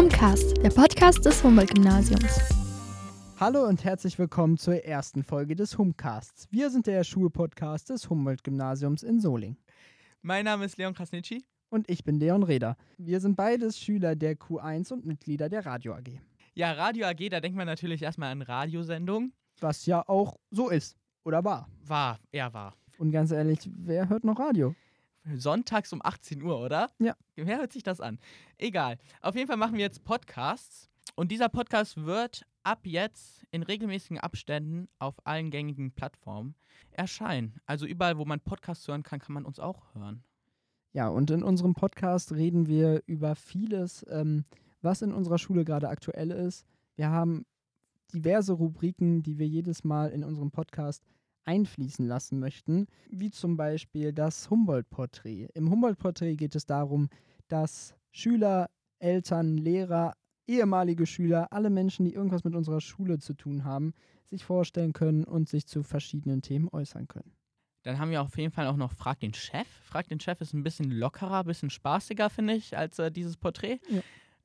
Humcast, der Podcast des Humboldt-Gymnasiums. Hallo und herzlich willkommen zur ersten Folge des Humcasts. Wir sind der Schulpodcast des Humboldt-Gymnasiums in Solingen. Mein Name ist Leon Krasnitschi. Und ich bin Leon Reder. Wir sind beides Schüler der Q1 und Mitglieder der Radio AG. Ja, Radio AG, da denkt man natürlich erstmal an Radiosendungen. Was ja auch so ist. Oder war. War. Und ganz ehrlich, wer hört noch Radio? Sonntags um 18 Uhr, oder? Ja. Wer hört sich das an? Egal. Auf jeden Fall machen wir jetzt Podcasts. Und dieser Podcast wird ab jetzt in regelmäßigen Abständen auf allen gängigen Plattformen erscheinen. Also überall, wo man Podcasts hören kann, kann man uns auch hören. Ja, und in unserem Podcast reden wir über vieles, was in unserer Schule gerade aktuell ist. Wir haben diverse Rubriken, die wir jedes Mal in unserem Podcast einfließen lassen möchten, wie zum Beispiel das Humboldt-Porträt. Im Humboldt-Porträt geht es darum, dass Schüler, Eltern, Lehrer, ehemalige Schüler, alle Menschen, die irgendwas mit unserer Schule zu tun haben, sich vorstellen können und sich zu verschiedenen Themen äußern können. Dann haben wir auf jeden Fall auch noch Frag den Chef. Frag den Chef ist ein bisschen lockerer, ein bisschen spaßiger, finde ich, als dieses Porträt. Ja.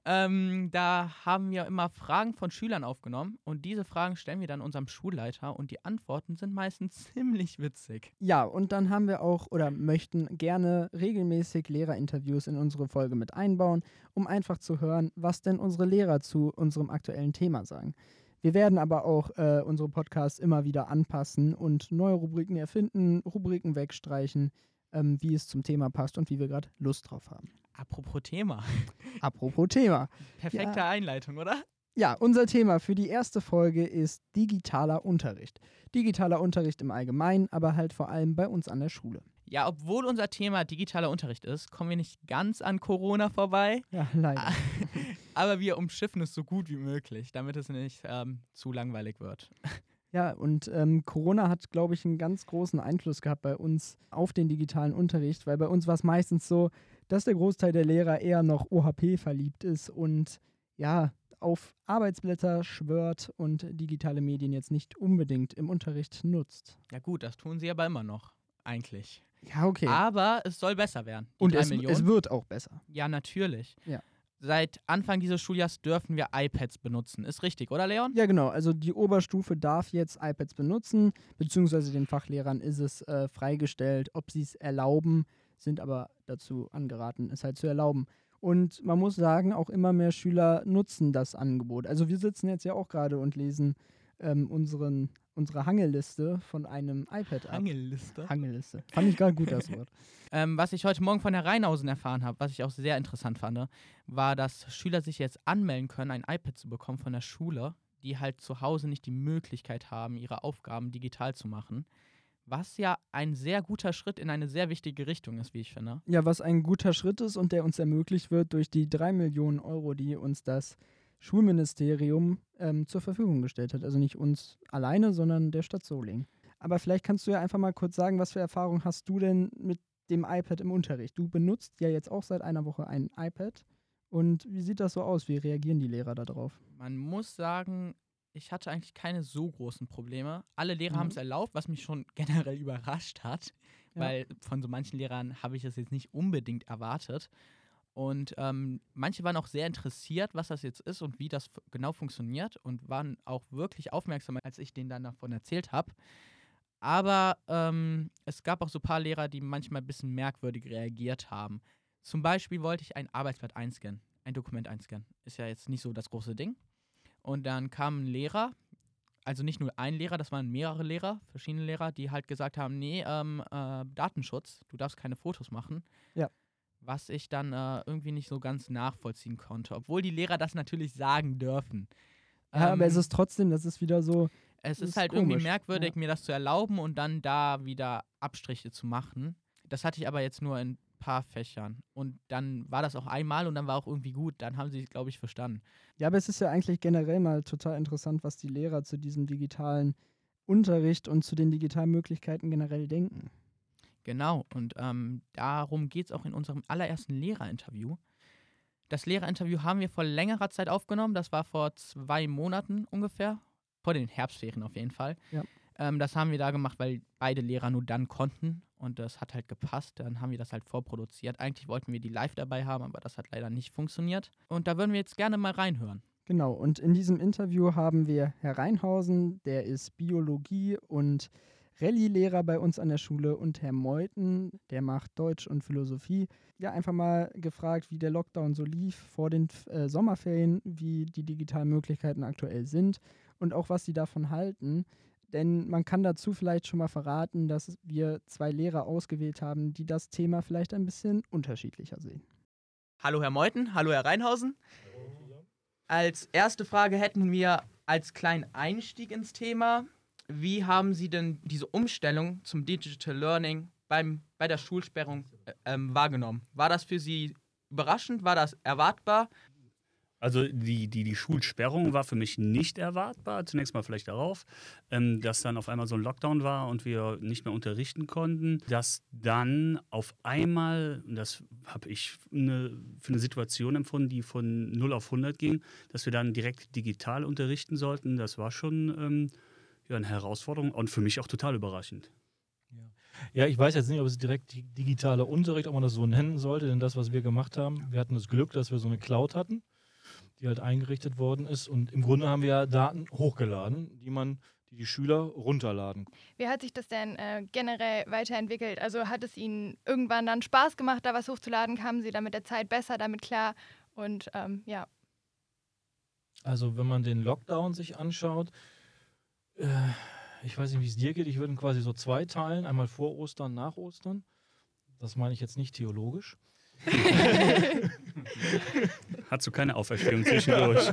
Da haben wir immer Fragen von Schülern aufgenommen und diese Fragen stellen wir dann unserem Schulleiter und die Antworten sind meistens ziemlich witzig. Ja, und dann haben wir auch oder möchten gerne regelmäßig Lehrerinterviews in unsere Folge mit einbauen, um einfach zu hören, was denn unsere Lehrer zu unserem aktuellen Thema sagen. Wir werden aber auch unsere Podcasts immer wieder anpassen und neue Rubriken erfinden, Rubriken wegstreichen, wie es zum Thema passt und wie wir gerade Lust drauf haben. Apropos Thema. Apropos Thema. Perfekte Einleitung, oder? Ja, unser Thema für die erste Folge ist digitaler Unterricht. Digitaler Unterricht im Allgemeinen, aber halt vor allem bei uns an der Schule. Ja, obwohl unser Thema digitaler Unterricht ist, kommen wir nicht ganz an Corona vorbei. Ja, leider. Aber wir umschiffen es so gut wie möglich, damit es nicht zu langweilig wird. Ja, und Corona hat, glaube ich, einen ganz großen Einfluss gehabt bei uns auf den digitalen Unterricht, weil bei uns war es meistens so, dass der Großteil der Lehrer eher noch OHP verliebt ist und ja, auf Arbeitsblätter schwört und digitale Medien jetzt nicht unbedingt im Unterricht nutzt. Ja gut, das tun sie aber immer noch, eigentlich. Ja, okay. Aber es soll besser werden. Und 3 es Millionen. wird auch besser. Ja, natürlich. Ja. Seit Anfang dieses Schuljahres dürfen wir iPads benutzen. Ist richtig, oder Leon? Ja, genau. Also die Oberstufe darf jetzt iPads benutzen, beziehungsweise den Fachlehrern ist es freigestellt, ob sie es erlauben, sind aber dazu angeraten, es halt zu erlauben. Und man muss sagen, auch immer mehr Schüler nutzen das Angebot. Also wir sitzen jetzt ja auch gerade und lesen unsere Hangelliste von einem iPad ab. Hangelliste. Fand ich gerade gut, das Wort. Was ich heute Morgen von der Rheinhausen erfahren habe, was ich auch sehr interessant fand, war, dass Schüler sich jetzt anmelden können, ein iPad zu bekommen von der Schule, die halt zu Hause nicht die Möglichkeit haben, ihre Aufgaben digital zu machen. Was ja ein sehr guter Schritt in eine sehr wichtige Richtung ist, wie ich finde. Ja, was ein guter Schritt ist und der uns ermöglicht wird durch die 3 Millionen Euro, die uns das Schulministerium zur Verfügung gestellt hat. Also nicht uns alleine, sondern der Stadt Solingen. Aber vielleicht kannst du ja einfach mal kurz sagen, was für Erfahrungen hast du denn mit dem iPad im Unterricht? Du benutzt ja jetzt auch seit einer Woche ein iPad. Und wie sieht das so aus? Wie reagieren die Lehrer darauf? Man muss sagen, ich hatte eigentlich keine so großen Probleme. Alle Lehrer haben es erlaubt, was mich schon generell überrascht hat, weil von so manchen Lehrern habe ich es jetzt nicht unbedingt erwartet. Und manche waren auch sehr interessiert, was das jetzt ist und wie das genau funktioniert und waren auch wirklich aufmerksam, als ich denen dann davon erzählt habe. Aber es gab auch so ein paar Lehrer, die manchmal ein bisschen merkwürdig reagiert haben. Zum Beispiel wollte ich ein Arbeitsblatt einscannen, ein Dokument einscannen. Ist ja jetzt nicht so das große Ding. Und dann kam ein Lehrer, also nicht nur ein Lehrer, das waren mehrere Lehrer, verschiedene Lehrer, die halt gesagt haben, nee, Datenschutz, du darfst keine Fotos machen. Ja. Was ich dann irgendwie nicht so ganz nachvollziehen konnte, obwohl die Lehrer das natürlich sagen dürfen. Ja, aber es ist trotzdem, das ist wieder so. Es ist ist halt komisch. irgendwie merkwürdig, mir das zu erlauben und dann da wieder Abstriche zu machen. Das hatte ich aber jetzt nur in ein paar Fächern. Und dann war das auch einmal und dann war auch irgendwie gut. Dann haben sie es, glaube ich, verstanden. Ja, aber es ist ja eigentlich generell mal total interessant, was die Lehrer zu diesem digitalen Unterricht und zu den digitalen Möglichkeiten generell denken. Genau, und darum geht es auch in unserem allerersten Lehrerinterview. Das Lehrerinterview haben wir vor längerer Zeit aufgenommen. Das war vor 2 Monaten ungefähr. Vor den Herbstferien auf jeden Fall. Ja. Das haben wir da gemacht, weil beide Lehrer nur dann konnten und das hat halt gepasst. Dann haben wir das halt vorproduziert. Eigentlich wollten wir die live dabei haben, aber das hat leider nicht funktioniert. Und da würden wir jetzt gerne mal reinhören. Genau, und in diesem Interview haben wir Herr Reinhausen, der ist Biologie- und Rallye-Lehrer bei uns an der Schule, und Herr Meuthen, der macht Deutsch und Philosophie. Ja, einfach mal gefragt, wie der Lockdown so lief vor den Sommerferien, wie die digitalen Möglichkeiten aktuell sind und auch was sie davon halten. Denn man kann dazu vielleicht schon mal verraten, dass wir 2 Lehrer ausgewählt haben, die das Thema vielleicht ein bisschen unterschiedlicher sehen. Hallo Herr Meuthen, hallo Herr Reinhausen. Als erste Frage hätten wir als kleinen Einstieg ins Thema, wie haben Sie denn diese Umstellung zum Digital Learning bei der Schulsperrung wahrgenommen? War das für Sie überraschend? War das erwartbar? Also die Schulsperrung war für mich nicht erwartbar. Zunächst mal vielleicht darauf, dass dann auf einmal so ein Lockdown war und wir nicht mehr unterrichten konnten. Dass dann auf einmal, das habe ich für eine Situation empfunden, die von 0 auf 100 ging, dass wir dann direkt digital unterrichten sollten. Das war schon eine Herausforderung und für mich auch total überraschend. Ja, ich weiß jetzt nicht, ob es direkt digitaler Unterricht, ob man das so nennen sollte, denn das, was wir gemacht haben, wir hatten das Glück, dass wir so eine Cloud hatten, die halt eingerichtet worden ist. Und im Grunde haben wir ja Daten hochgeladen, die Schüler runterladen. Wie hat sich das denn generell weiterentwickelt? Also hat es Ihnen irgendwann dann Spaß gemacht, da was hochzuladen? Kamen Sie dann mit der Zeit besser damit klar? Und ja. Also wenn man den Lockdown sich anschaut, ich weiß nicht, wie es dir geht, ich würde ihn quasi so zweiteilen, einmal vor Ostern, nach Ostern. Das meine ich jetzt nicht theologisch. Hat so keine Auferstehung zwischendurch.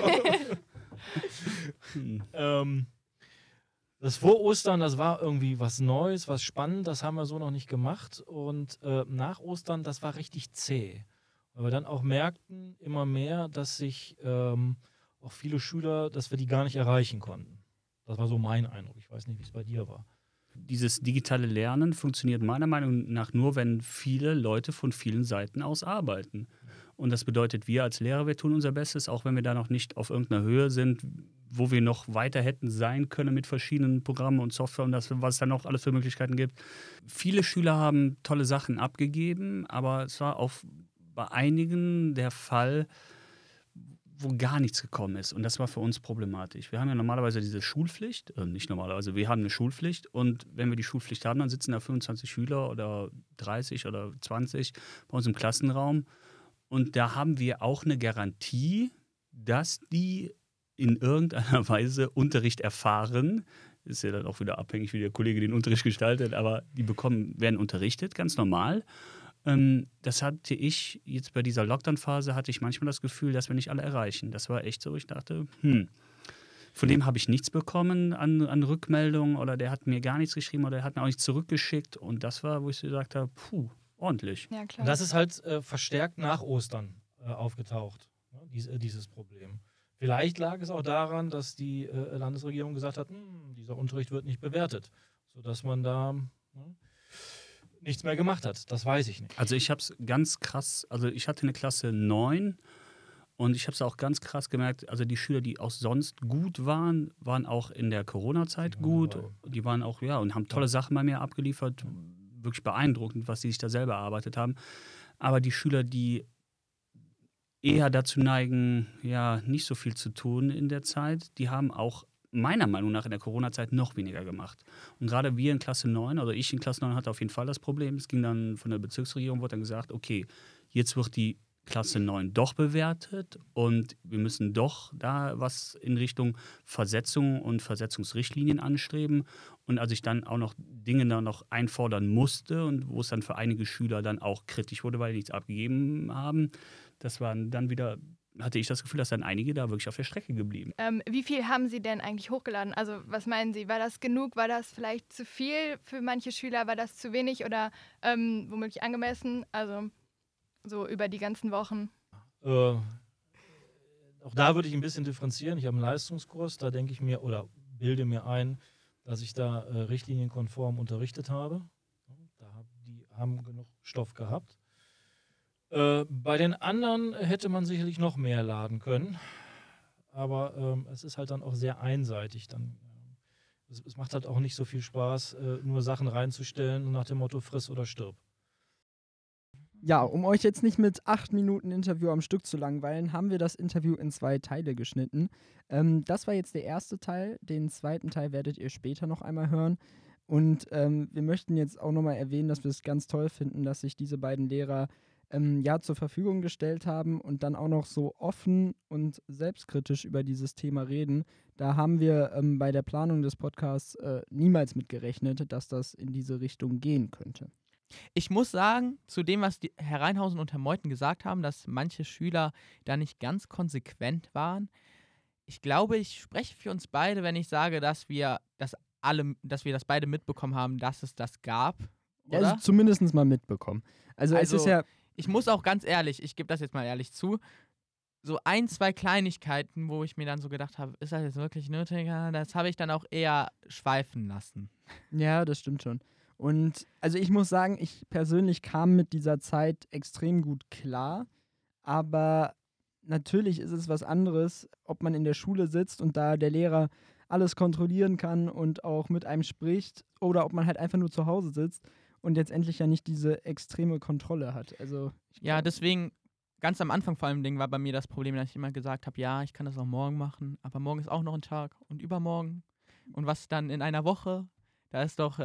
Das vor Ostern, das war irgendwie was Neues, was spannend, das haben wir so noch nicht gemacht. Und nach Ostern, das war richtig zäh. Weil wir dann auch merkten immer mehr, dass sich auch viele Schüler, dass wir die gar nicht erreichen konnten. Das war so mein Eindruck. Ich weiß nicht, wie es bei dir war. Dieses digitale Lernen funktioniert meiner Meinung nach nur, wenn viele Leute von vielen Seiten aus arbeiten. Und das bedeutet, wir als Lehrer, wir tun unser Bestes, auch wenn wir da noch nicht auf irgendeiner Höhe sind, wo wir noch weiter hätten sein können mit verschiedenen Programmen und Software und das, was es da noch alles für Möglichkeiten gibt. Viele Schüler haben tolle Sachen abgegeben, aber es war auch bei einigen der Fall, wo gar nichts gekommen ist. Und das war für uns problematisch. Wir haben ja normalerweise diese Schulpflicht, nicht normalerweise, wir haben eine Schulpflicht und wenn wir die Schulpflicht haben, dann sitzen da 25 Schüler oder 30 oder 20 bei uns im Klassenraum und da haben wir auch eine Garantie, dass die in irgendeiner Weise Unterricht erfahren. Ist ja dann auch wieder abhängig, wie der Kollege den Unterricht gestaltet, aber die werden unterrichtet, ganz normal. Das hatte ich jetzt bei dieser Lockdown-Phase, hatte ich manchmal das Gefühl, dass wir nicht alle erreichen. Das war echt so, ich dachte, von dem habe ich nichts bekommen an Rückmeldungen oder der hat mir gar nichts geschrieben oder der hat mir auch nichts zurückgeschickt. Und das war, wo ich gesagt habe, ordentlich. Ja, klar. Und das ist halt verstärkt nach Ostern aufgetaucht, ne, dieses Problem. Vielleicht lag es auch daran, dass die Landesregierung gesagt hat, dieser Unterricht wird nicht bewertet, sodass man da nichts mehr gemacht hat. Das weiß ich nicht. Also ich habe es ganz krass, also ich hatte eine Klasse 9 und ich habe es auch ganz krass gemerkt, also die Schüler, die auch sonst gut waren, waren auch in der Corona-Zeit gut. Dabei. Die waren auch, und haben tolle Sachen bei mir abgeliefert. Wirklich beeindruckend, was sie sich da selber erarbeitet haben. Aber die Schüler, die eher dazu neigen, nicht so viel zu tun in der Zeit, die haben auch meiner Meinung nach in der Corona-Zeit noch weniger gemacht. Und gerade wir in Klasse 9, oder ich in Klasse 9 hatte auf jeden Fall das Problem. Es ging dann von der Bezirksregierung, wurde dann gesagt, okay, jetzt wird die Klasse 9 doch bewertet und wir müssen doch da was in Richtung Versetzung und Versetzungsrichtlinien anstreben. Und als ich dann auch noch Dinge da noch einfordern musste und wo es dann für einige Schüler dann auch kritisch wurde, weil die nichts abgegeben haben, das waren dann wieder, hatte ich das Gefühl, dass dann einige da wirklich auf der Strecke geblieben. Wie viel haben Sie denn eigentlich hochgeladen? Also was meinen Sie? War das genug? War das vielleicht zu viel für manche Schüler? War das zu wenig oder womöglich angemessen? Also so über die ganzen Wochen. Auch da würde ich ein bisschen differenzieren. Ich habe einen Leistungskurs, da denke ich mir oder bilde mir ein, dass ich da richtlinienkonform unterrichtet habe. Die haben genug Stoff gehabt. Bei den anderen hätte man sicherlich noch mehr laden können. Aber es ist halt dann auch sehr einseitig. Dann Es macht halt auch nicht so viel Spaß, nur Sachen reinzustellen und nach dem Motto friss oder stirb. Ja, um euch jetzt nicht mit 8 Minuten Interview am Stück zu langweilen, haben wir das Interview in 2 Teile geschnitten. Das war jetzt der erste Teil. Den zweiten Teil werdet ihr später noch einmal hören. Und wir möchten jetzt auch nochmal erwähnen, dass wir es ganz toll finden, dass sich diese beiden Lehrer zur Verfügung gestellt haben und dann auch noch so offen und selbstkritisch über dieses Thema reden. Da haben wir bei der Planung des Podcasts niemals mit gerechnet, dass das in diese Richtung gehen könnte. Ich muss sagen, zu dem, was die Herr Reinhausen und Herr Meuthen gesagt haben, dass manche Schüler da nicht ganz konsequent waren. Ich glaube, ich spreche für uns beide, wenn ich sage, dass wir das beide mitbekommen haben, dass es das gab. Oder? Ja, also zumindest mal mitbekommen. Also es ist ja. Ich muss auch ganz ehrlich, ich gebe das jetzt mal ehrlich zu, so 1, 2 Kleinigkeiten, wo ich mir dann so gedacht habe, ist das jetzt wirklich nötig? Das habe ich dann auch eher schweifen lassen. Ja, das stimmt schon. Und also ich muss sagen, ich persönlich kam mit dieser Zeit extrem gut klar, aber natürlich ist es was anderes, ob man in der Schule sitzt und da der Lehrer alles kontrollieren kann und auch mit einem spricht oder ob man halt einfach nur zu Hause sitzt und jetzt endlich ja nicht diese extreme Kontrolle hat. Also ja, deswegen ganz am Anfang vor allem war bei mir das Problem, dass ich immer gesagt habe, ja, ich kann das auch morgen machen, aber morgen ist auch noch ein Tag und übermorgen und was dann in einer Woche, da ist doch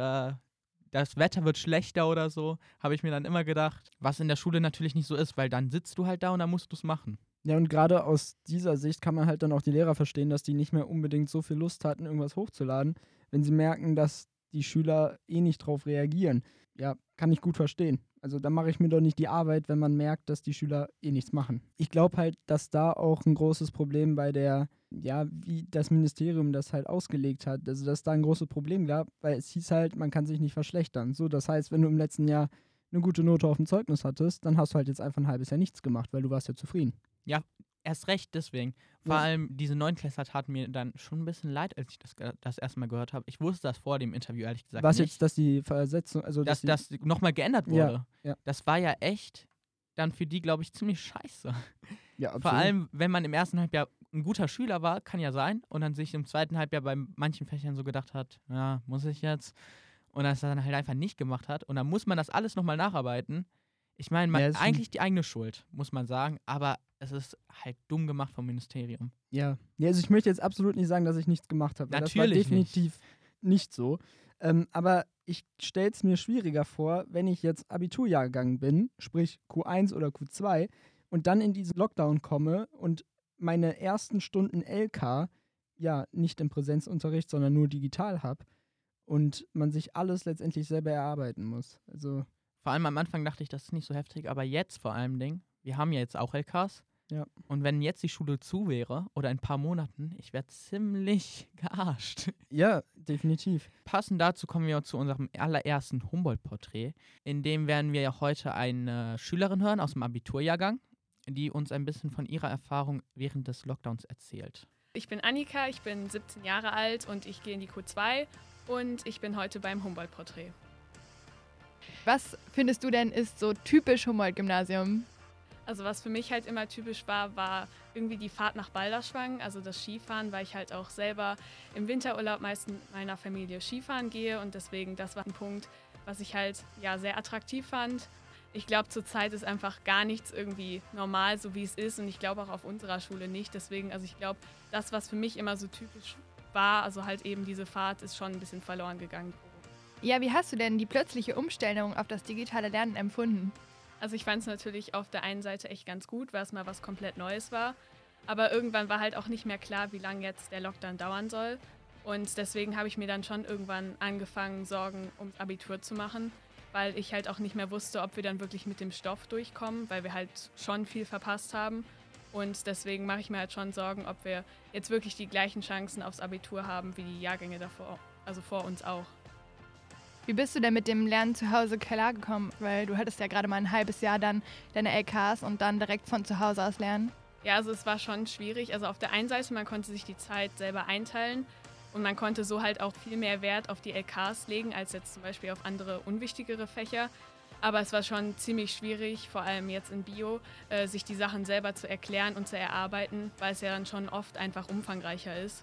das Wetter wird schlechter oder so, habe ich mir dann immer gedacht, was in der Schule natürlich nicht so ist, weil dann sitzt du halt da und dann musst du es machen. Ja, und gerade aus dieser Sicht kann man halt dann auch die Lehrer verstehen, dass die nicht mehr unbedingt so viel Lust hatten, irgendwas hochzuladen, wenn sie merken, dass die Schüler eh nicht drauf reagieren. Ja, kann ich gut verstehen. Also da mache ich mir doch nicht die Arbeit, wenn man merkt, dass die Schüler eh nichts machen. Ich glaube halt, dass da auch ein großes Problem bei der, ja, wie das Ministerium das halt ausgelegt hat, also dass da ein großes Problem gab, weil es hieß halt, man kann sich nicht verschlechtern. So, das heißt, wenn du im letzten Jahr eine gute Note auf dem Zeugnis hattest, dann hast du halt jetzt einfach ein halbes Jahr nichts gemacht, weil du warst ja zufrieden. Ja, erst recht deswegen. Vor allem diese Neunklässler taten mir dann schon ein bisschen leid, als ich das erste Mal gehört habe. Ich wusste das vor dem Interview ehrlich gesagt Was nicht. jetzt, dass die Versetzung, also dass das nochmal geändert wurde. Ja. Das war ja echt dann für die, glaube ich, ziemlich scheiße. Ja, absolut. Vor allem, wenn man im ersten Halbjahr ein guter Schüler war, kann ja sein, und dann sich im zweiten Halbjahr bei manchen Fächern so gedacht hat, ja, muss ich jetzt? Und das dann halt einfach nicht gemacht hat. Und dann muss man das alles nochmal nacharbeiten. Ich meine, eigentlich die eigene Schuld, muss man sagen, aber es ist halt dumm gemacht vom Ministerium. Ja, also ich möchte jetzt absolut nicht sagen, dass ich nichts gemacht habe. Natürlich das war definitiv nicht so. Aber ich stelle es mir schwieriger vor, wenn ich jetzt Abiturjahrgang bin, sprich Q1 oder Q2, und dann in diesen Lockdown komme und meine ersten Stunden LK ja nicht im Präsenzunterricht, sondern nur digital habe und man sich alles letztendlich selber erarbeiten muss. Also vor allem am Anfang dachte ich, das ist nicht so heftig, aber jetzt vor allem, wir haben ja jetzt auch LKs. Ja. Und wenn jetzt die Schule zu wäre oder in ein paar Monaten, ich wäre ziemlich gearscht. Ja, definitiv. Passend dazu kommen wir zu unserem allerersten Humboldt-Porträt. In dem werden wir ja heute eine Schülerin hören aus dem Abiturjahrgang, die uns ein bisschen von ihrer Erfahrung während des Lockdowns erzählt. Ich bin Annika, ich bin 17 Jahre alt und ich gehe in die Q2 und ich bin heute beim Humboldt-Porträt. Was findest du denn ist so typisch Humboldt-Gymnasium? Also was für mich halt immer typisch war irgendwie die Fahrt nach Balderschwang, also das Skifahren, weil ich halt auch selber im Winterurlaub meist mit meiner Familie Skifahren gehe und deswegen, das war ein Punkt, was ich halt ja sehr attraktiv fand. Ich glaube, zurzeit ist einfach gar nichts irgendwie normal, so wie es ist, und ich glaube auch auf unserer Schule nicht. Deswegen, also ich glaube, das, was für mich immer so typisch war, also halt eben diese Fahrt, ist schon ein bisschen verloren gegangen. Ja, wie hast du denn die plötzliche Umstellung auf das digitale Lernen empfunden? Also ich fand es natürlich auf der einen Seite echt ganz gut, weil es mal was komplett Neues war. Aber irgendwann war halt auch nicht mehr klar, wie lange jetzt der Lockdown dauern soll. Und deswegen habe ich mir dann schon irgendwann angefangen, Sorgen ums Abitur zu machen, weil ich halt auch nicht mehr wusste, ob wir dann wirklich mit dem Stoff durchkommen, weil wir halt schon viel verpasst haben. Und deswegen mache ich mir halt schon Sorgen, ob wir jetzt wirklich die gleichen Chancen aufs Abitur haben wie die Jahrgänge davor, also vor uns auch. Wie bist du denn mit dem Lernen zu Hause klargekommen? Weil du hattest ja gerade mal ein halbes Jahr dann deine LKs und dann direkt von zu Hause aus lernen. Ja, also es war schon schwierig. Also auf der einen Seite, man konnte sich die Zeit selber einteilen und man konnte so halt auch viel mehr Wert auf die LKs legen, als jetzt zum Beispiel auf andere unwichtigere Fächer. Aber es war schon ziemlich schwierig, vor allem jetzt in Bio, sich die Sachen selber zu erklären und zu erarbeiten, weil es ja dann schon oft einfach umfangreicher ist.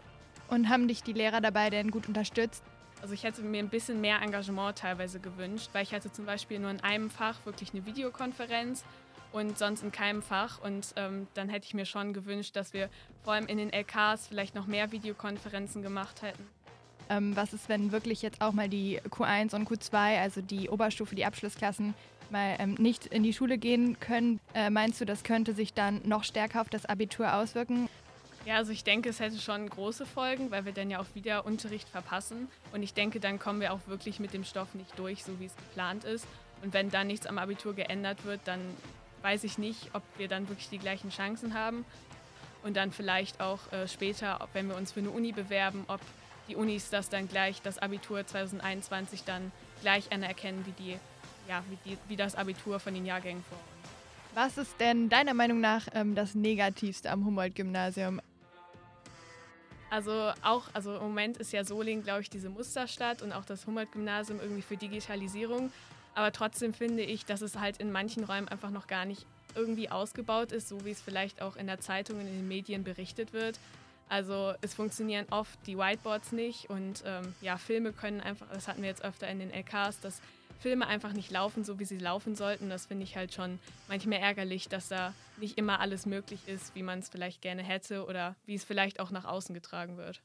Und haben dich die Lehrer dabei denn gut unterstützt? Also ich hätte mir ein bisschen mehr Engagement teilweise gewünscht, weil ich hatte zum Beispiel nur in einem Fach wirklich eine Videokonferenz und sonst in keinem Fach. Und dann hätte ich mir schon gewünscht, dass wir vor allem in den LKs vielleicht noch mehr Videokonferenzen gemacht hätten. Was ist, wenn wirklich jetzt auch mal die Q1 und Q2, also die Oberstufe, die Abschlussklassen, mal nicht in die Schule gehen können? Meinst du, das könnte sich dann noch stärker auf das Abitur auswirken? Ja, also ich denke, es hätte schon große Folgen, weil wir dann ja auch wieder Unterricht verpassen. Und ich denke, dann kommen wir auch wirklich mit dem Stoff nicht durch, so wie es geplant ist. Und wenn dann nichts am Abitur geändert wird, dann weiß ich nicht, ob wir dann wirklich die gleichen Chancen haben. Und dann vielleicht auch später, wenn wir uns für eine Uni bewerben, ob die Unis das dann gleich, das Abitur 2021 dann gleich anerkennen wie das Abitur von den Jahrgängen vor uns. Was ist denn deiner Meinung nach das Negativste am Humboldt-Gymnasium? Also im Moment ist ja Solingen, glaube ich, diese Musterstadt und auch das Humboldt-Gymnasium irgendwie für Digitalisierung. Aber trotzdem finde ich, dass es halt in manchen Räumen einfach noch gar nicht irgendwie ausgebaut ist, so wie es vielleicht auch in der Zeitung und in den Medien berichtet wird. Also es funktionieren oft die Whiteboards nicht und Filme können einfach, das hatten wir jetzt öfter in den LKs, dass Filme einfach nicht laufen, so wie sie laufen sollten. Das finde ich halt schon manchmal ärgerlich, dass da nicht immer alles möglich ist, wie man es vielleicht gerne hätte oder wie es vielleicht auch nach außen getragen wird.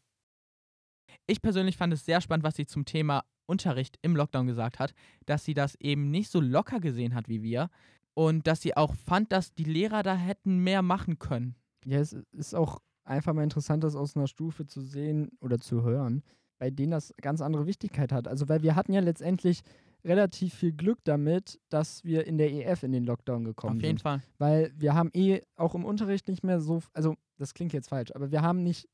Ich persönlich fand es sehr spannend, was sie zum Thema Unterricht im Lockdown gesagt hat, dass sie das eben nicht so locker gesehen hat wie wir und dass sie auch fand, dass die Lehrer da hätten mehr machen können. Ja, es ist auch einfach mal interessant, das aus einer Stufe zu sehen oder zu hören, bei denen das ganz andere Wichtigkeit hat. Also, weil wir hatten ja letztendlich relativ viel Glück damit, dass wir in der EF in den Lockdown gekommen sind. Auf jeden Fall. Weil wir haben auch im Unterricht nicht mehr so, also das klingt jetzt falsch, aber wir haben nicht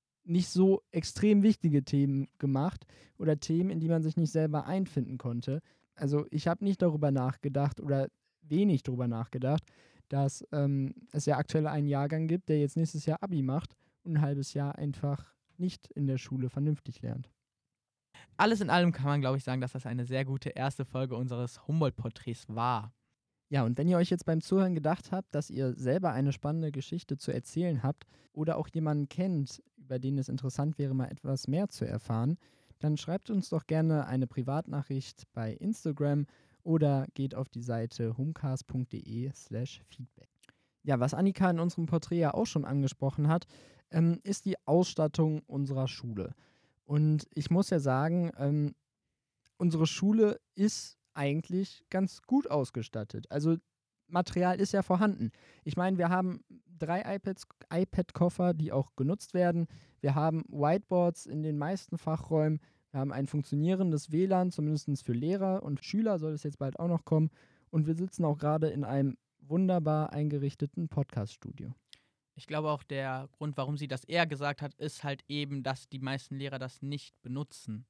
so extrem wichtige Themen gemacht oder Themen, in die man sich nicht selber einfinden konnte. Also ich habe nicht darüber nachgedacht oder wenig darüber nachgedacht, dass es ja aktuell einen Jahrgang gibt, der jetzt nächstes Jahr Abi macht und ein halbes Jahr einfach nicht in der Schule vernünftig lernt. Alles in allem kann man, glaube ich, sagen, dass das eine sehr gute erste Folge unseres Humboldt-Porträts war. Ja, und wenn ihr euch jetzt beim Zuhören gedacht habt, dass ihr selber eine spannende Geschichte zu erzählen habt oder auch jemanden kennt, über den es interessant wäre, mal etwas mehr zu erfahren, dann schreibt uns doch gerne eine Privatnachricht bei Instagram oder geht auf die Seite humcast.de/feedback. Ja, was Annika in unserem Porträt ja auch schon angesprochen hat, ist die Ausstattung unserer Schule. Und ich muss ja sagen, unsere Schule ist eigentlich ganz gut ausgestattet. Also Material ist ja vorhanden. Ich meine, wir haben 3 iPad-Koffer, die auch genutzt werden. Wir haben Whiteboards in den meisten Fachräumen. Wir haben ein funktionierendes WLAN, zumindest für Lehrer und Schüler soll es jetzt bald auch noch kommen. Und wir sitzen auch gerade in einem wunderbar eingerichteten Podcast-Studio. Ich glaube auch, der Grund, warum sie das eher gesagt hat, ist halt eben, dass die meisten Lehrer das nicht benutzen.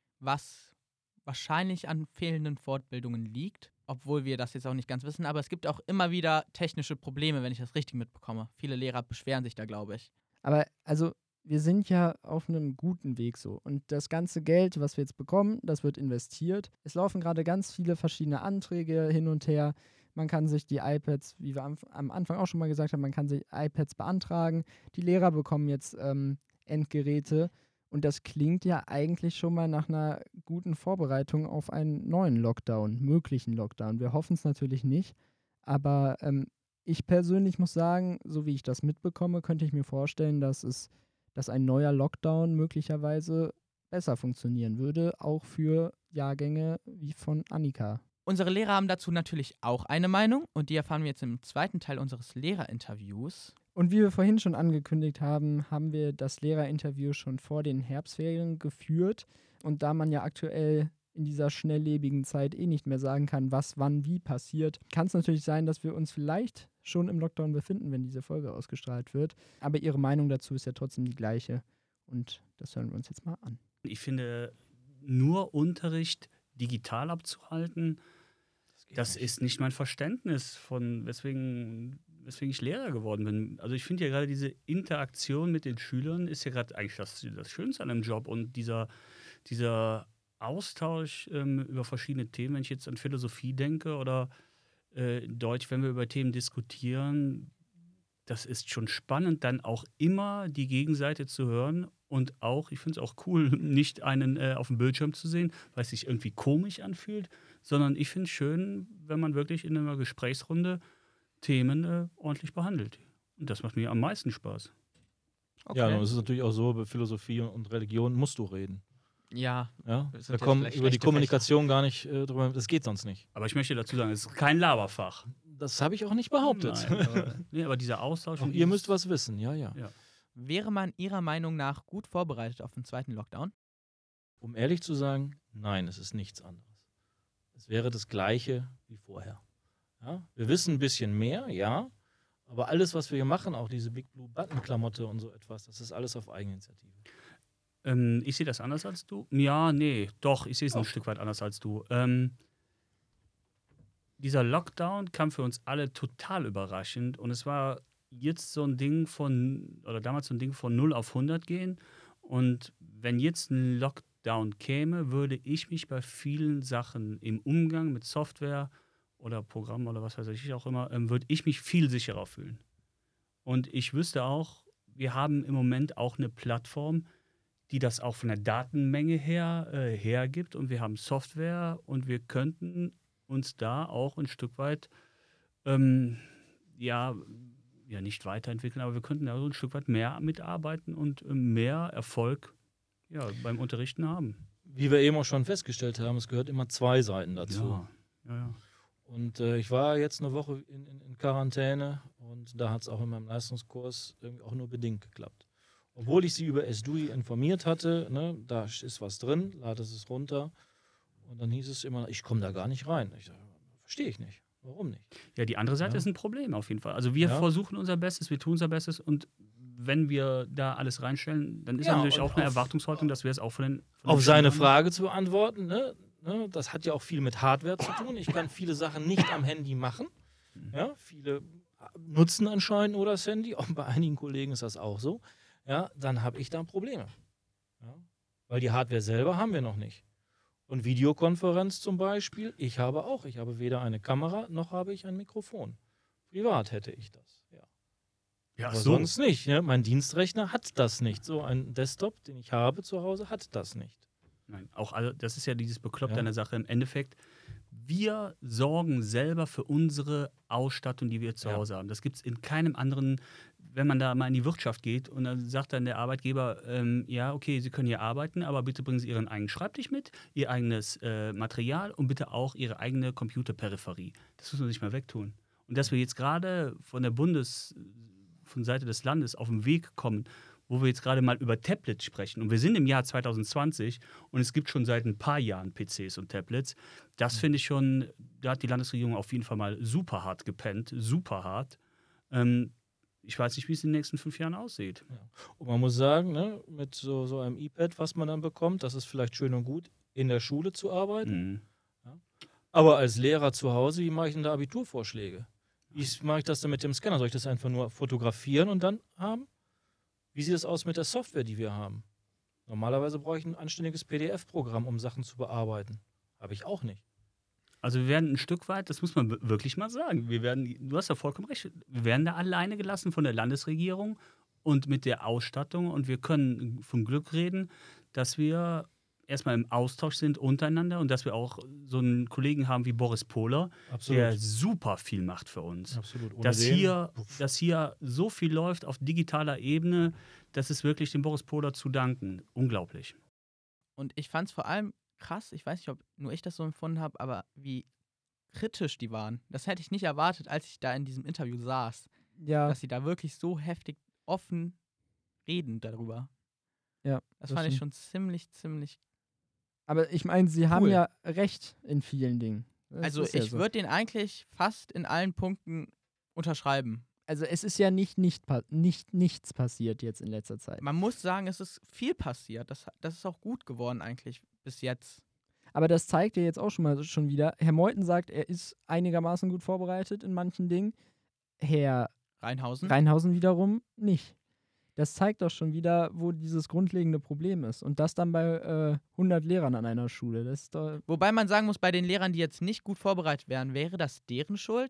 Was wahrscheinlich an fehlenden Fortbildungen liegt, obwohl wir das jetzt auch nicht ganz wissen. Aber es gibt auch immer wieder technische Probleme, wenn ich das richtig mitbekomme. Viele Lehrer beschweren sich da, glaube ich. Aber also wir sind ja auf einem guten Weg so. Und das ganze Geld, was wir jetzt bekommen, das wird investiert. Es laufen gerade ganz viele verschiedene Anträge hin und her. Man kann sich die iPads, wie wir am Anfang auch schon mal gesagt haben, man kann sich iPads beantragen. Die Lehrer bekommen jetzt Endgeräte. Und das klingt ja eigentlich schon mal nach einer guten Vorbereitung auf einen neuen Lockdown, möglichen Lockdown. Wir hoffen es natürlich nicht. Aber ich persönlich muss sagen, so wie ich das mitbekomme, könnte ich mir vorstellen, dass ein neuer Lockdown möglicherweise besser funktionieren würde, auch für Jahrgänge wie von Annika. Unsere Lehrer haben dazu natürlich auch eine Meinung und die erfahren wir jetzt im zweiten Teil unseres Lehrerinterviews. Und wie wir vorhin schon angekündigt haben, haben wir das Lehrerinterview schon vor den Herbstferien geführt. Und da man ja aktuell in dieser schnelllebigen Zeit nicht mehr sagen kann, was, wann, wie passiert, kann es natürlich sein, dass wir uns vielleicht schon im Lockdown befinden, wenn diese Folge ausgestrahlt wird. Aber ihre Meinung dazu ist ja trotzdem die gleiche. Und das hören wir uns jetzt mal an. Ich finde, nur Unterricht digital abzuhalten, das ist nicht mein Verständnis von, weswegen ich Lehrer geworden bin. Also ich finde ja gerade diese Interaktion mit den Schülern ist ja gerade eigentlich das Schönste an einem Job und dieser Austausch über verschiedene Themen, wenn ich jetzt an Philosophie denke oder Deutsch, wenn wir über Themen diskutieren, das ist schon spannend, dann auch immer die Gegenseite zu hören und auch, ich finde es auch cool, nicht einen auf dem Bildschirm zu sehen, weil es sich irgendwie komisch anfühlt, sondern ich finde es schön, wenn man wirklich in einer Gesprächsrunde Themen ordentlich behandelt. Und das macht mir am meisten Spaß. Okay. Ja, und es ist natürlich auch so, bei Philosophie und Religion musst du reden. Ja. Ja? Das sind Da jetzt kommen vielleicht über die schlechte Kommunikation gar nicht drüber, das geht sonst nicht. Aber ich möchte dazu sagen, es ist kein Laberfach. Das habe ich auch nicht behauptet. Nein, aber dieser Austausch. Auch und ihr dieses- müsst was wissen, ja. Wäre man Ihrer Meinung nach gut vorbereitet auf den zweiten Lockdown? Um ehrlich zu sagen, nein, es ist nichts anderes. Es wäre das Gleiche wie vorher. Ja? Wir wissen ein bisschen mehr, ja, aber alles, was wir hier machen, auch diese Big Blue Button Klamotte und so etwas, das ist alles auf Eigeninitiative. Ich sehe das anders als du. Ja, nee, doch, ich sehe es ein Doch. Stück weit anders als du. Dieser Lockdown kam für uns alle total überraschend und es war jetzt so ein Ding damals so ein Ding von 0 auf 100 gehen. Und wenn jetzt ein Lockdown käme, würde ich mich bei vielen Sachen im Umgang mit Software oder Programmen oder was weiß ich auch immer, würde ich mich viel sicherer fühlen. Und ich wüsste auch, wir haben im Moment auch eine Plattform, die das auch von der Datenmenge her hergibt. Und wir haben Software und wir könnten uns da auch ein Stück weit, nicht weiterentwickeln, aber wir könnten da so ein Stück weit mehr mitarbeiten und mehr Erfolg beim Unterrichten haben. Wie wir eben auch schon festgestellt haben, es gehört immer zwei Seiten dazu. Ja. Und ich war jetzt eine Woche in Quarantäne und da hat es auch in meinem Leistungskurs irgendwie auch nur bedingt geklappt. Obwohl ich sie über SDUI informiert hatte, ne, da ist was drin, lade es runter. Und dann hieß es immer, ich komme da gar nicht rein. Ich sage, verstehe ich nicht. Warum nicht? Ja, die andere Seite Ja. ist ein Problem auf jeden Fall. Also wir Ja. versuchen unser Bestes, wir tun unser Bestes und wenn wir da alles reinstellen, dann ist Ja, natürlich und auch eine auf- Erwartungshaltung, dass wir es auch von den Auf seine Schülern- Frage zu beantworten, ne, das hat ja auch viel mit Hardware zu tun. Ich kann viele Sachen nicht am Handy machen. Ja, viele nutzen anscheinend nur das Handy. Auch bei einigen Kollegen ist das auch so. Ja, dann habe ich da Probleme. Ja, weil die Hardware selber haben wir noch nicht. Und Videokonferenz zum Beispiel, ich habe weder eine Kamera noch habe ich ein Mikrofon. Privat hätte ich das. Ja. Ja, Aber so. sonst nicht. Ne? Mein Dienstrechner hat das nicht. So ein Desktop, den ich habe zu Hause, hat das nicht. Nein, also das ist ja dieses Bekloppte Ja. an der Sache. Im Endeffekt, wir sorgen selber für unsere Ausstattung, die wir zu Ja. Hause haben. Das gibt es in keinem anderen, wenn man da mal in die Wirtschaft geht und dann sagt dann der Arbeitgeber, ja, okay, Sie können hier arbeiten, aber bitte bringen Sie Ihren eigenen Schreibtisch mit, Ihr eigenes Material und bitte auch Ihre eigene Computerperipherie. Das muss man sich mal wegtun. Und dass wir jetzt gerade von Seite des Landes auf den Weg kommen, wo wir jetzt gerade mal über Tablets sprechen. Und wir sind im Jahr 2020 und es gibt schon seit ein paar Jahren PCs und Tablets. Das finde ich schon, da hat die Landesregierung auf jeden Fall mal super hart gepennt, super hart. Ich weiß nicht, wie es in den nächsten 5 Jahren aussieht. Und man muss sagen, ne, mit so einem iPad, was man dann bekommt, das ist vielleicht schön und gut, in der Schule zu arbeiten. Mhm. Aber als Lehrer zu Hause, wie mache ich denn da Abiturvorschläge? Wie mache ich das denn mit dem Scanner? Soll ich das einfach nur fotografieren und dann haben? Wie sieht es aus mit der Software, die wir haben? Normalerweise brauche ich ein anständiges PDF-Programm, um Sachen zu bearbeiten. Habe ich auch nicht. Also wir werden ein Stück weit, das muss man wirklich mal sagen, du hast ja vollkommen recht, wir werden da alleine gelassen von der Landesregierung und mit der Ausstattung und wir können vom Glück reden, dass wir erstmal im Austausch sind untereinander und dass wir auch so einen Kollegen haben wie Boris Pohler, Absolut. der super viel macht für uns. Absolut. Ohne Dass den- hier so viel läuft auf digitaler Ebene, das ist wirklich dem Boris Pohler zu danken. Unglaublich. Und ich fand es vor allem krass, ich weiß nicht, ob nur ich das so empfunden habe, aber wie kritisch die waren. Das hätte ich nicht erwartet, als ich da in diesem Interview saß, Ja, dass sie da wirklich so heftig offen reden darüber. ja. Das fand ich stimmt. schon ziemlich. Aber ich meine, sie haben cool. ja recht in vielen Dingen. Das Also ist ja ich so. würde den eigentlich fast in allen Punkten unterschreiben. Also es ist ja nichts passiert jetzt in letzter Zeit. Man muss sagen, es ist viel passiert. Das ist auch gut geworden eigentlich bis jetzt. Aber das zeigt ja jetzt auch schon wieder. Herr Meuthen sagt, er ist einigermaßen gut vorbereitet in manchen Dingen. Herr Reinhausen. Reinhausen wiederum nicht. Das zeigt doch schon wieder, wo dieses grundlegende Problem ist. Und das dann bei 100 Lehrern an einer Schule. Das ist doch, Wobei man sagen muss, bei den Lehrern, die jetzt nicht gut vorbereitet wären, wäre das deren Schuld?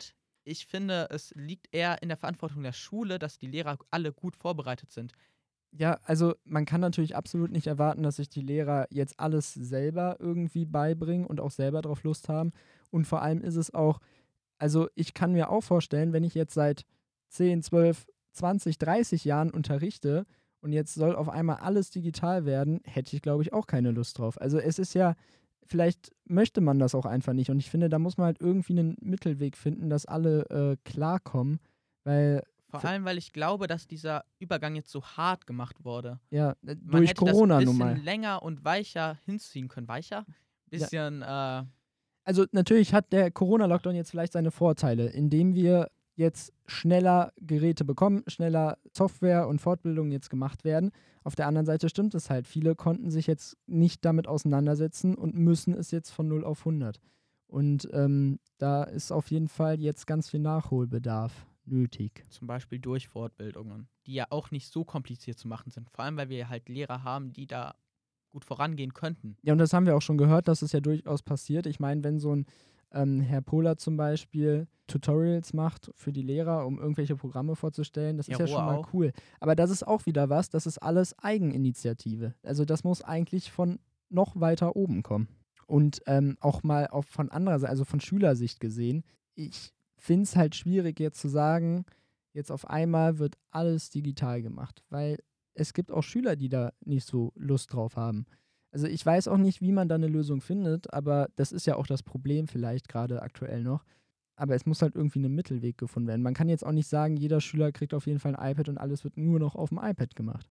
ich finde, es liegt eher in der Verantwortung der Schule, dass die Lehrer alle gut vorbereitet sind. Ja, also man kann natürlich absolut nicht erwarten, dass sich die Lehrer jetzt alles selber irgendwie beibringen und auch selber drauf Lust haben. Und vor allem ist es auch, also ich kann mir auch vorstellen, wenn ich jetzt seit 10, 12, 20, 30 Jahren unterrichte und jetzt soll auf einmal alles digital werden, hätte ich, glaube ich, auch keine Lust drauf. Also es ist ja, vielleicht möchte man das auch einfach nicht. Und ich finde, da muss man halt irgendwie einen Mittelweg finden, dass alle klarkommen, weil Vor allem, weil ich glaube, dass dieser Übergang jetzt so hart gemacht wurde. ja, Man durch hätte Corona das nun ein mal. bisschen länger und weicher hinziehen können. Weicher? Bisschen, Also natürlich hat der Corona-Lockdown jetzt vielleicht seine Vorteile, indem wir jetzt schneller Geräte bekommen, schneller Software und Fortbildungen jetzt gemacht werden. Auf der anderen Seite stimmt es halt. Viele konnten sich jetzt nicht damit auseinandersetzen und müssen es jetzt von 0 auf 100. Und da ist auf jeden Fall jetzt ganz viel Nachholbedarf nötig. zum Beispiel durch Fortbildungen, die ja auch nicht so kompliziert zu machen sind. Vor allem, weil wir halt Lehrer haben, die da gut vorangehen könnten. Ja, und das haben wir auch schon gehört, dass es ja durchaus passiert. Ich meine, wenn so ein Herr Pohler zum Beispiel Tutorials macht für die Lehrer, um irgendwelche Programme vorzustellen, das Ja, ist ja Rohr schon mal auch. cool. Aber das ist auch wieder was, das ist alles Eigeninitiative. Also das muss eigentlich von noch weiter oben kommen. Und auch mal auch von anderer Seite, also von Schülersicht gesehen, ich finde es halt schwierig jetzt zu sagen, jetzt auf einmal wird alles digital gemacht, weil es gibt auch Schüler, die da nicht so Lust drauf haben. Also ich weiß auch nicht, wie man da eine Lösung findet, aber das ist ja auch das Problem vielleicht gerade aktuell noch. Aber es muss halt irgendwie ein Mittelweg gefunden werden. Man kann jetzt auch nicht sagen, jeder Schüler kriegt auf jeden Fall ein iPad und alles wird nur noch auf dem iPad gemacht.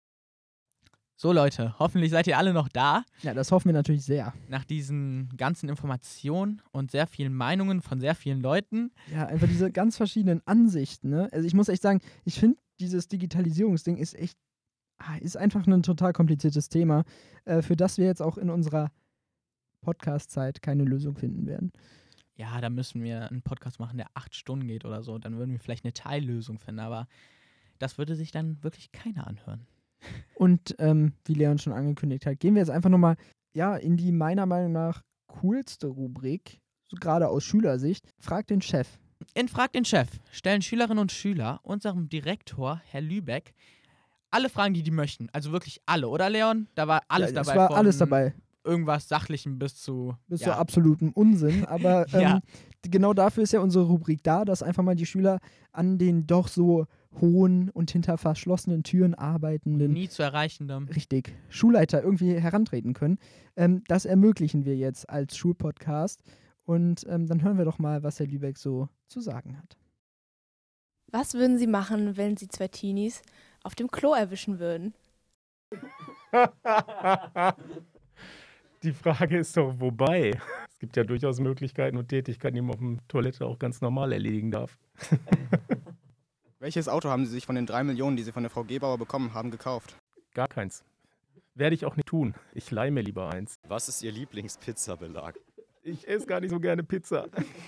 So Leute, hoffentlich seid ihr alle noch da Ja, das hoffen wir natürlich sehr. nach diesen ganzen Informationen und sehr vielen Meinungen von sehr vielen Leuten. Ja, einfach diese ganz verschiedenen Ansichten, ne? Also ich muss echt sagen, ich finde, dieses Digitalisierungsding ist echt, ist einfach ein total kompliziertes Thema, für das wir jetzt auch in unserer Podcast-Zeit keine Lösung finden werden. Ja, da müssen wir einen Podcast machen, der 8 Stunden geht oder so. Dann würden wir vielleicht eine Teillösung finden, aber das würde sich dann wirklich keiner anhören. Und wie Leon schon angekündigt hat, gehen wir jetzt einfach nochmal in die meiner Meinung nach coolste Rubrik, so gerade aus Schülersicht, Frag den Chef. In Frag den Chef stellen Schülerinnen und Schüler unserem Direktor, Herr Lübeck, alle Fragen, die möchten. Also wirklich alle, oder Leon? Da war alles dabei. Es war von alles dabei, Irgendwas Sachlichem bis zu... bis zu absolutem Unsinn. Aber Ja. genau dafür ist ja unsere Rubrik da, dass einfach mal die Schüler an den doch so hohen und hinter verschlossenen Türen arbeitenden, nie zu erreichendem. richtig, Schulleiter irgendwie herantreten können. Das ermöglichen wir jetzt als Schulpodcast. Und dann hören wir doch mal, was Herr Lübeck so zu sagen hat. Was würden Sie machen, wenn Sie 2 Teenies auf dem Klo erwischen würden? Die Frage ist doch, wobei? Es gibt ja durchaus Möglichkeiten und Tätigkeiten, die man auf der Toilette auch ganz normal erledigen darf. Welches Auto haben Sie sich von den 3 Millionen, die Sie von der Frau Gebauer bekommen haben, gekauft? Gar keins. Werde ich auch nicht tun. Ich leihe mir lieber eins. Was ist Ihr Lieblingspizzabelag? Ich esse gar nicht so gerne Pizza.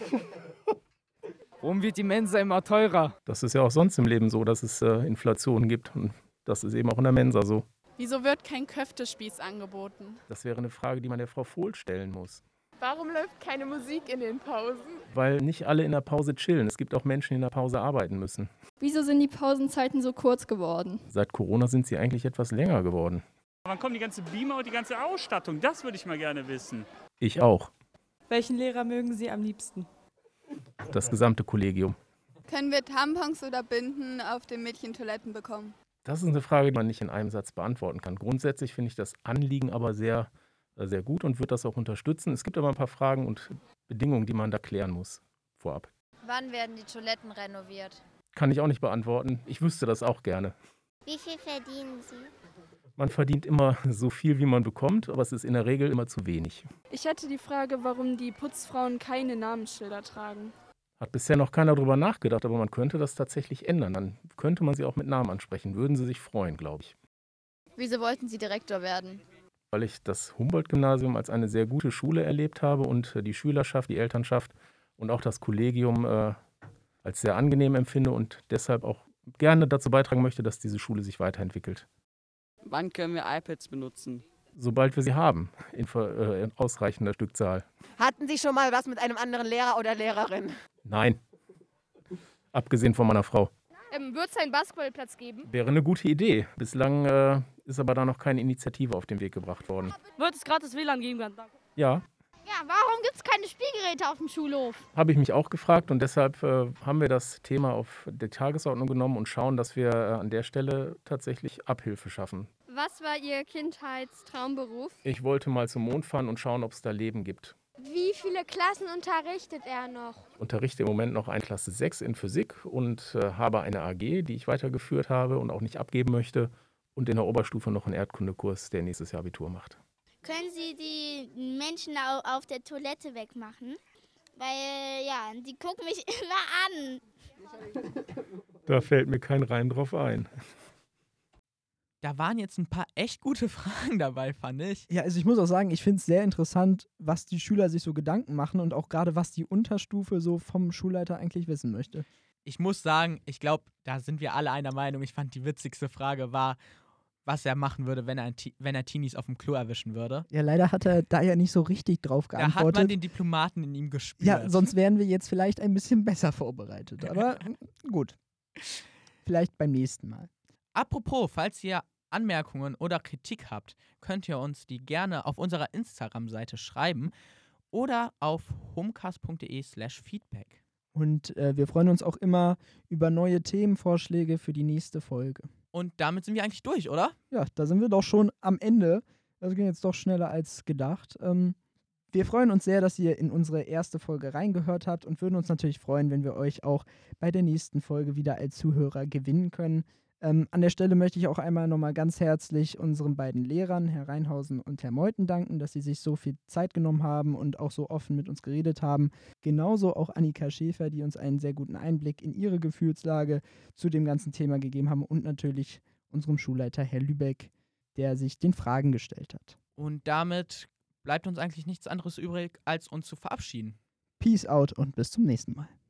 Warum wird die Mensa immer teurer? Das ist ja auch sonst im Leben so, dass es Inflation gibt. Und das ist eben auch in der Mensa so. Wieso wird kein Köftespieß angeboten? Das wäre eine Frage, die man der Frau Vohl stellen muss. Warum läuft keine Musik in den Pausen? Weil nicht alle in der Pause chillen. Es gibt auch Menschen, die in der Pause arbeiten müssen. Wieso sind die Pausenzeiten so kurz geworden? Seit Corona sind sie eigentlich etwas länger geworden. Wann kommen die ganze Beamer und die ganze Ausstattung? Das würde ich mal gerne wissen. Ich auch. Welchen Lehrer mögen Sie am liebsten? Das gesamte Kollegium. Können wir Tampons oder Binden auf den Mädchentoiletten bekommen? Das ist eine Frage, die man nicht in einem Satz beantworten kann. Grundsätzlich finde ich das Anliegen aber sehr, sehr gut und würde das auch unterstützen. Es gibt aber ein paar Fragen und Bedingungen, die man da klären muss vorab. Wann werden die Toiletten renoviert? Kann ich auch nicht beantworten. Ich wüsste das auch gerne. Wie viel verdienen Sie? Man verdient immer so viel, wie man bekommt, aber es ist in der Regel immer zu wenig. Ich hatte die Frage, warum die Putzfrauen keine Namensschilder tragen. Hat bisher noch keiner drüber nachgedacht, aber man könnte das tatsächlich ändern. Dann könnte man sie auch mit Namen ansprechen. Würden sie sich freuen, glaube ich. Wieso wollten Sie Direktor werden? Weil ich das Humboldt-Gymnasium als eine sehr gute Schule erlebt habe und die Schülerschaft, die Elternschaft und auch das Kollegium als sehr angenehm empfinde und deshalb auch gerne dazu beitragen möchte, dass diese Schule sich weiterentwickelt. Wann können wir iPads benutzen? Sobald wir sie haben, in ausreichender Stückzahl. Hatten Sie schon mal was mit einem anderen Lehrer oder Lehrerin? Nein. abgesehen von meiner Frau. Wird es einen Basketballplatz geben? Wäre eine gute Idee. Bislang ist aber da noch keine Initiative auf den Weg gebracht worden. Wird es gratis WLAN geben? Ja, Ja, warum gibt es keine Spielgeräte auf dem Schulhof? habe ich mich auch gefragt und deshalb haben wir das Thema auf die Tagesordnung genommen und schauen, dass wir an der Stelle tatsächlich Abhilfe schaffen. Was war Ihr Kindheitstraumberuf? Ich wollte mal zum Mond fahren und schauen, ob es da Leben gibt. Wie viele Klassen unterrichtet er noch? Ich unterrichte im Moment noch eine Klasse 6 in Physik und habe eine AG, die ich weitergeführt habe und auch nicht abgeben möchte. Und in der Oberstufe noch einen Erdkundekurs, der nächstes Jahr Abitur macht. Können Sie die Menschen auf der Toilette wegmachen? Weil, ja, die gucken mich immer an. Da fällt mir kein Reim drauf ein. Da waren jetzt ein paar echt gute Fragen dabei, fand ich. Ja, also ich muss auch sagen, ich finde es sehr interessant, was die Schüler sich so Gedanken machen und auch gerade, was die Unterstufe so vom Schulleiter eigentlich wissen möchte. Ich muss sagen, ich glaube, da sind wir alle einer Meinung. Ich fand, die witzigste Frage war, was er machen würde, wenn er Teenies auf dem Klo erwischen würde. Ja, leider hat er da ja nicht so richtig drauf Da geantwortet. hat man den Diplomaten in ihm gespürt. Ja, sonst wären wir jetzt vielleicht ein bisschen besser vorbereitet. Aber gut. Vielleicht beim nächsten Mal. Apropos, falls ihr Anmerkungen oder Kritik habt, könnt ihr uns die gerne auf unserer Instagram-Seite schreiben oder auf homecast.de/feedback. Und wir freuen uns auch immer über neue Themenvorschläge für die nächste Folge. Und damit sind wir eigentlich durch, oder? Ja, da sind wir doch schon am Ende. Das ging jetzt doch schneller als gedacht. Wir freuen uns sehr, dass ihr in unsere erste Folge reingehört habt und würden uns natürlich freuen, wenn wir euch auch bei der nächsten Folge wieder als Zuhörer gewinnen können. An der Stelle möchte ich auch einmal nochmal ganz herzlich unseren beiden Lehrern, Herr Reinhausen und Herr Meuthen, danken, dass sie sich so viel Zeit genommen haben und auch so offen mit uns geredet haben. Genauso auch Annika Schäfer, die uns einen sehr guten Einblick in ihre Gefühlslage zu dem ganzen Thema gegeben haben und natürlich unserem Schulleiter, Herr Lübeck, der sich den Fragen gestellt hat. Und damit bleibt uns eigentlich nichts anderes übrig, als uns zu verabschieden. Peace out und bis zum nächsten Mal.